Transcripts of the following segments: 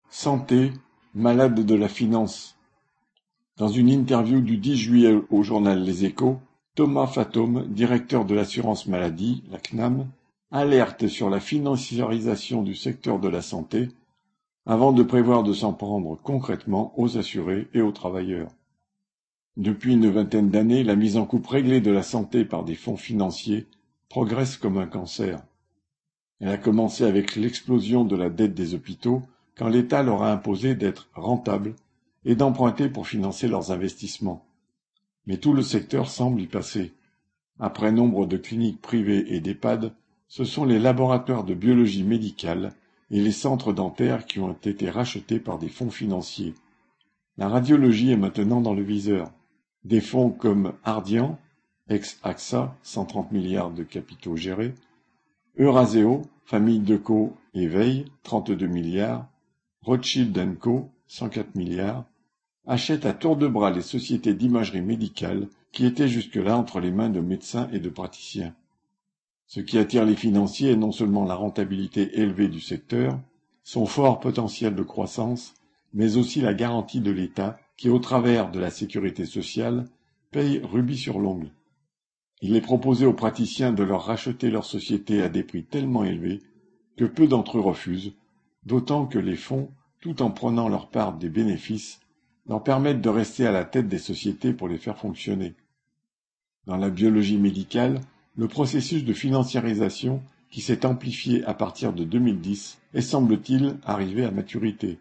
Santé, malade de la finance. Dans une interview du 10 juillet au journal Les Échos, Thomas Fatome, directeur de l'assurance maladie, la CNAM, alerte sur la financiarisation du secteur de la santé avant de prévoir de s'en prendre concrètement aux assurés et aux travailleurs. Depuis une vingtaine d'années, la mise en coupe réglée de la santé par des fonds financiers progresse comme un cancer. Elle a commencé avec l'explosion de la dette des hôpitaux quand l'État leur a imposé d'être rentables et d'emprunter pour financer leurs investissements. Mais tout le secteur semble y passer. Après nombre de cliniques privées et d'EHPAD, ce sont les laboratoires de biologie médicale et les centres dentaires qui ont été rachetés par des fonds financiers. La radiologie est maintenant dans le viseur. Des fonds comme Ardian, ex-AXA, 130 milliards de capitaux gérés, Euraseo, famille Decaux et Veil, 32 milliards, Rothschild & Co, 104 milliards, achètent à tour de bras les sociétés d'imagerie médicale qui étaient jusque-là entre les mains de médecins et de praticiens. Ce qui attire les financiers est non seulement la rentabilité élevée du secteur, son fort potentiel de croissance, mais aussi la garantie de l'État qui, au travers de la sécurité sociale, paye rubis sur l'ongle. Il est proposé aux praticiens de leur racheter leur société à des prix tellement élevés que peu d'entre eux refusent, d'autant que les fonds, tout en prenant leur part des bénéfices, leur permettent de rester à la tête des sociétés pour les faire fonctionner. Dans la biologie médicale, le processus de financiarisation, qui s'est amplifié à partir de 2010, est semble-t-il arrivé à maturité.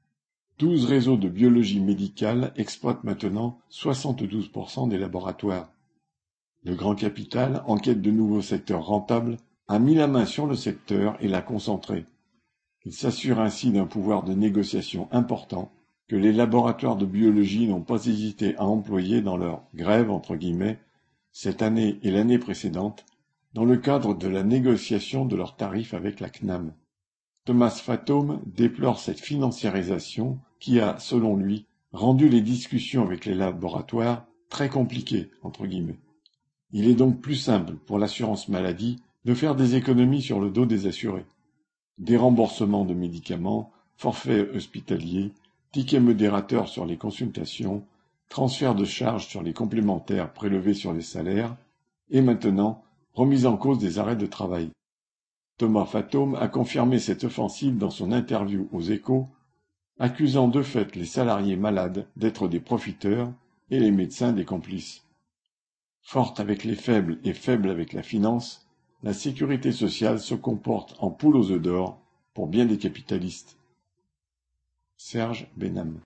12 réseaux de biologie médicale exploitent maintenant 72% des laboratoires. Le grand capital, en quête de nouveaux secteurs rentables, a mis la main sur le secteur et l'a concentré. Il s'assure ainsi d'un pouvoir de négociation important que les laboratoires de biologie n'ont pas hésité à employer dans leur « grève » entre guillemets, cette année et l'année précédente, dans le cadre de la négociation de leurs tarifs avec la CNAM. Thomas Fatome déplore cette financiarisation qui a, selon lui, rendu les discussions avec les laboratoires très compliquées entre guillemets. Il est donc plus simple pour l'assurance maladie de faire des économies sur le dos des assurés. Des remboursements de médicaments, forfaits hospitaliers, tickets modérateurs sur les consultations, transfert de charges sur les complémentaires prélevés sur les salaires, et maintenant, remise en cause des arrêts de travail. Thomas Fatome a confirmé cette offensive dans son interview aux Échos, accusant de fait les salariés malades d'être des profiteurs et les médecins des complices. Forte avec les faibles et faible avec la finance, la sécurité sociale se comporte en poule aux œufs d'or pour bien des capitalistes. Serge Benham.